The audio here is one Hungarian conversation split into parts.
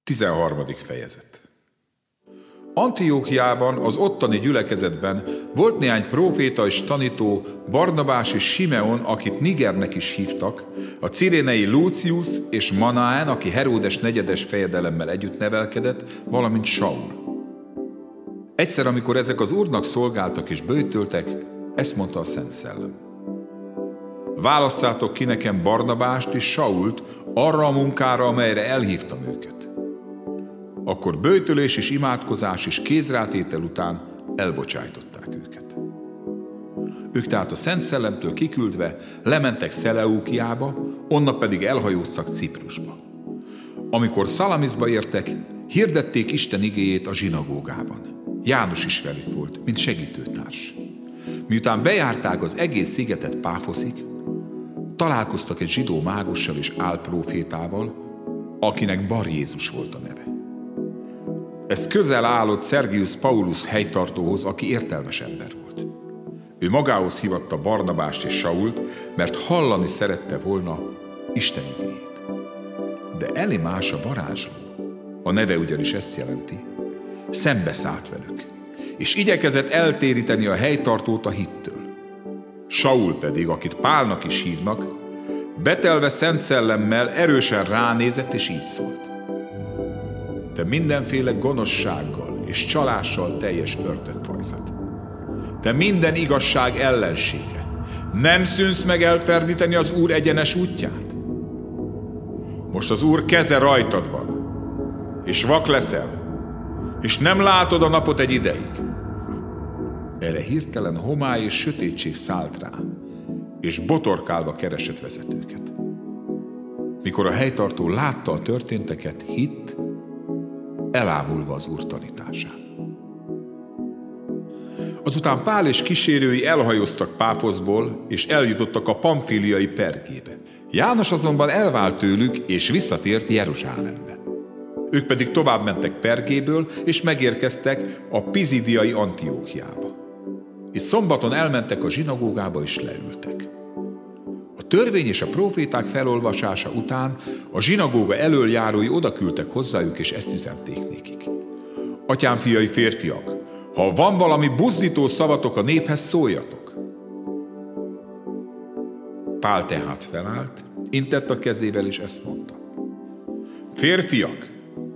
13. fejezet. Antiókiában, az ottani gyülekezetben volt néhány próféta és tanító, Barnabás és Simeon, akit Nigernek is hívtak, a cirénei Lucius és Manaen, aki Heródes negyedes fejedelemmel együtt nevelkedett, valamint Saul. Egyszer, amikor ezek az úrnak szolgáltak és böjtöltek, ezt mondta a Szent Szellem: válasszátok ki nekem Barnabást és Sault arra a munkára, amelyre elhívtam őket. Akkor böjtölés és imádkozás és kézrátétel után elbocsájtották őket. Ők tehát a Szent Szellemtől kiküldve lementek Szeleukiába, onnan pedig elhajóztak Ciprusba. Amikor Szalamiszba értek, hirdették Isten igéjét a zsinagógában. János is velük volt, mint segítőtárs. Miután bejárták az egész szigetet Páfoszig, találkoztak egy zsidó mágussal és álprófétával, akinek Bar Jézus volt a neve. Ez közel állott Sergius Paulus helytartóhoz, aki értelmes ember volt. Ő magához hívatta Barnabást és Sault, mert hallani szerette volna Isten igéjét. De Elimás a varázsló, a neve ugyanis ezt jelenti, szembeszállt velük, és igyekezett eltéríteni a helytartót a hittől. Saul pedig, akit Pálnak is hívnak, betelve Szent Szellemmel erősen ránézett, és így szólt: te mindenféle gonoszsággal és csalással teljes ördögfajzat. Te minden igazság ellensége. Nem szűnsz meg elferdíteni az Úr egyenes útját? Most az Úr keze rajtad van, és vak leszel, és nem látod a napot egy ideig. Erre hirtelen homály és sötétség szállt rá, és botorkálva keresett vezetőket. Mikor a helytartó látta a történteket, hitt, elámulva az Úr tanításán. Azután Pál és kísérői elhajóztak Páfoszból, és eljutottak a pamfíliai Pergébe. János azonban elvált tőlük, és visszatért Jeruzsálembe. Ők pedig tovább mentek Pergéből, és megérkeztek a pizidiai Antiókiába. Itt szombaton elmentek a zsinagógába, és leültek. A törvény és a próféták felolvasása után a zsinagóga elöljárói odaküldtek hozzájuk, és ezt üzenték nékik: atyám fiai férfiak, ha van valami buzdító szavatok a néphez, szóljatok. Pál tehát felállt, intett a kezével, és ezt mondta: férfiak,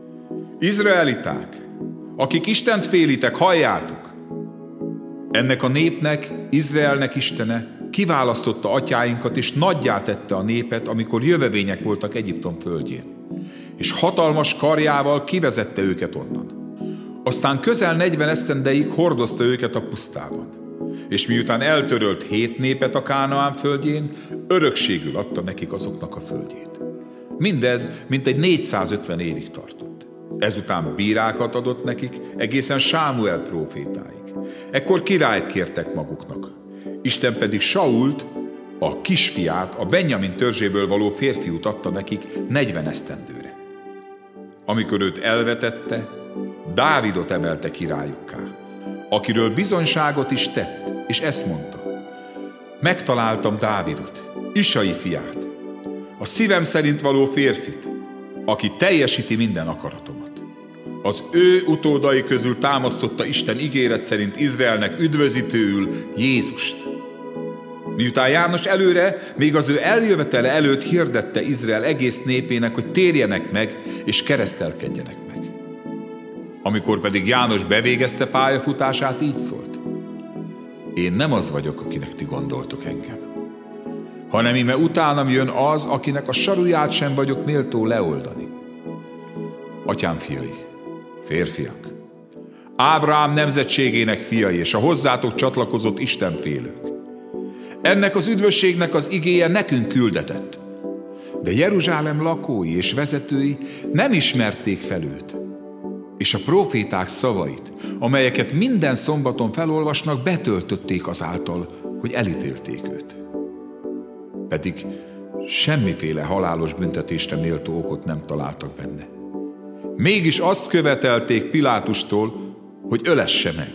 izraeliták, akik Istent félitek, halljátok! Ennek a népnek, Izraelnek Istene kiválasztotta atyáinkat, és nagyjá tette a népet, amikor jövevények voltak Egyiptom földjén, és hatalmas karjával kivezette őket onnan. Aztán közel 40 esztendeig hordozta őket a pusztában, és miután eltörölt 7 népet a Kánaán földjén, örökségül adta nekik azoknak a földjét. Mindez mintegy 450 évig tartott. Ezután bírákat adott nekik, egészen Sámuel prófétáig. Ekkor királyt kértek maguknak. Isten pedig Sault, a kisfiát, a Benjamin törzséből való férfiút adta nekik 40 esztendőre. Amikor őt elvetette, Dávidot emelte királyukká, akiről bizonyságot is tett, és ezt mondta: megtaláltam Dávidot, Isai fiát, a szívem szerint való férfit, aki teljesíti minden akaratomat. Az ő utódai közül támasztotta Isten ígéret szerint Izraelnek üdvözítőül Jézust. Miután János előre, még az ő eljövetele előtt hirdette Izrael egész népének, hogy térjenek meg és keresztelkedjenek meg. Amikor pedig János bevégezte pályafutását, így szólt: én nem az vagyok, akinek ti gondoltok engem, hanem íme utánam jön az, akinek a saruját sem vagyok méltó leoldani. Atyám fiai, férfiak, Ábrahám nemzetségének fiai, és a hozzátok csatlakozott istenfélők. Ennek az üdvösségnek az igéje nekünk küldetett. De Jeruzsálem lakói és vezetői nem ismerték fel őt, és a próféták szavait, amelyeket minden szombaton felolvasnak, betöltötték azáltal, hogy elítélték őt. Pedig semmiféle halálos büntetésre méltó okot nem találtak benne. Mégis azt követelték Pilátustól, hogy ölesse meg.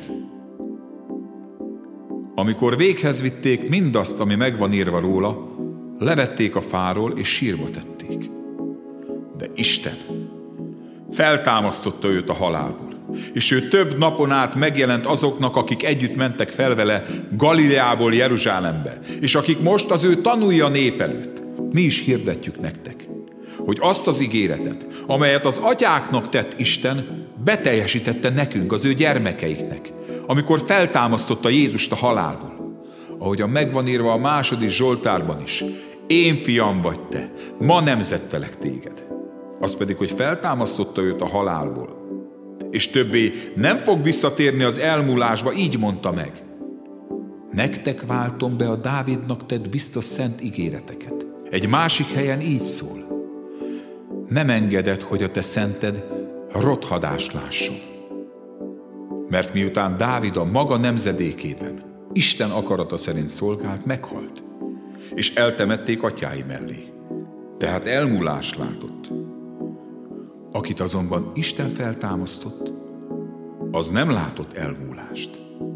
Amikor véghez vitték mindazt, ami megvan írva róla, levették a fáról, és sírba tették. De Isten Feltámasztotta őt a halálból, és ő több napon át megjelent azoknak, akik együtt mentek fel vele Galileából Jeruzsálembe, és akik most az ő tanúi a nép előtt. Mi is hirdetjük nektek, hogy azt az ígéretet, amelyet az atyáknak tett Isten, beteljesítette nekünk, az ő gyermekeiknek, amikor feltámasztotta Jézust a halálból. Ahogyan megvan írva a 2. Zsoltárban is: én fiam vagy te, ma nemzettelek téged. Az pedig, hogy feltámasztotta őt a halálból, és többé nem fog visszatérni az elmúlásba, így mondta meg: nektek váltom be a Dávidnak tett biztos szent ígéreteket. Egy másik helyen így szól: nem engeded, hogy a te szented rothadást lásson. Mert miután Dávid a maga nemzedékében Isten akarata szerint szolgált, meghalt, és eltemették atyái mellé. Tehát elmúlást látott. Akit azonban Isten feltámasztott, az nem látott elmúlást.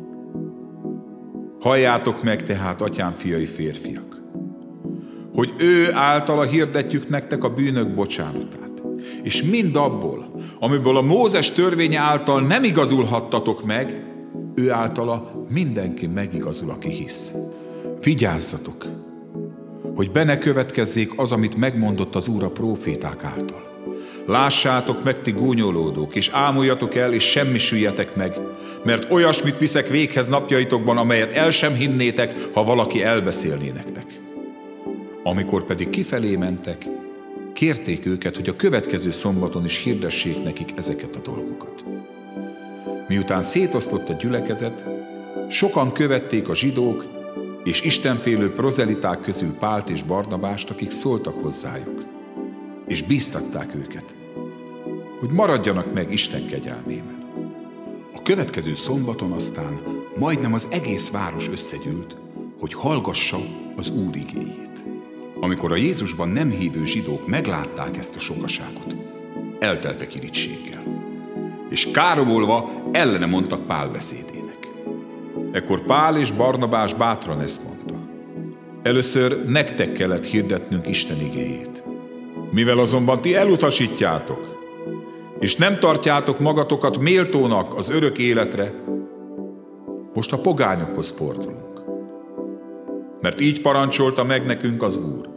Halljátok meg tehát, atyám fiai férfiak, hogy ő általa hirdetjük nektek a bűnök bocsánatát, és mind abból, amiből a Mózes törvénye által nem igazulhattatok meg, ő általa mindenki megigazul, aki hisz. Vigyázzatok, hogy be ne következzék az, amit megmondott az Úr a próféták által. Lássátok meg, ti gúnyolódók, és ámuljatok el, és semmisüljetek meg, mert olyasmit viszek véghez napjaitokban, amelyet el sem hinnétek, ha valaki elbeszélné nektek. Amikor pedig kifelé mentek, kérték őket, hogy a következő szombaton is hirdessék nekik ezeket a dolgokat. Miután szétoszlott a gyülekezet, sokan követték a zsidók és istenfélő prozeliták közül Pált és Barnabást, akik szóltak hozzájuk, és bíztatták őket, hogy maradjanak meg Isten kegyelmében. A következő szombaton aztán majdnem az egész város összegyűlt, hogy hallgassa az Úr igéjét. Amikor a Jézusban nem hívő zsidók meglátták ezt a sokaságot, elteltek irigységgel, és káromolva ellene mondtak Pál beszédének. Ekkor Pál és Barnabás bátran ezt mondta: először nektek kellett hirdetnünk Isten igéjét. Mivel azonban ti elutasítjátok, és nem tartjátok magatokat méltónak az örök életre, most a pogányokhoz fordulunk. Mert így parancsolta meg nekünk az Úr: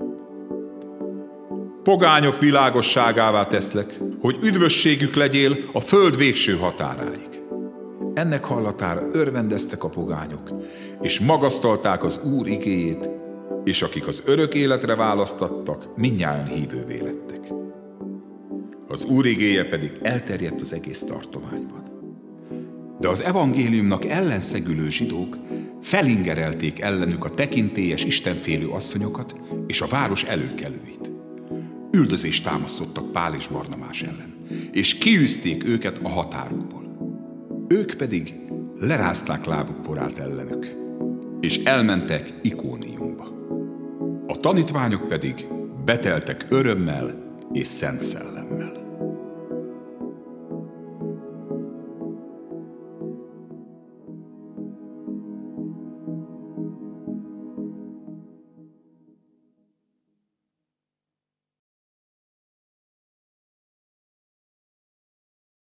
pogányok világosságává teszlek, hogy üdvösségük legyél a föld végső határáig. Ennek hallatára örvendeztek a pogányok, és magasztalták az Úr igéjét, és akik az örök életre választattak, mindnyájan hívővé lettek. Az Úr igéje pedig elterjedt az egész tartományban. De az evangéliumnak ellenszegülő zsidók felingerelték ellenük a tekintélyes istenfélő asszonyokat és a város előkelőit. Üldözést támasztottak Pál és Barnabás ellen, és kiűzték őket a határokból. Ők pedig lerázták lábuk porát ellenük, és elmentek Ikóniumba. A tanítványok pedig beteltek örömmel és szent szellemmel.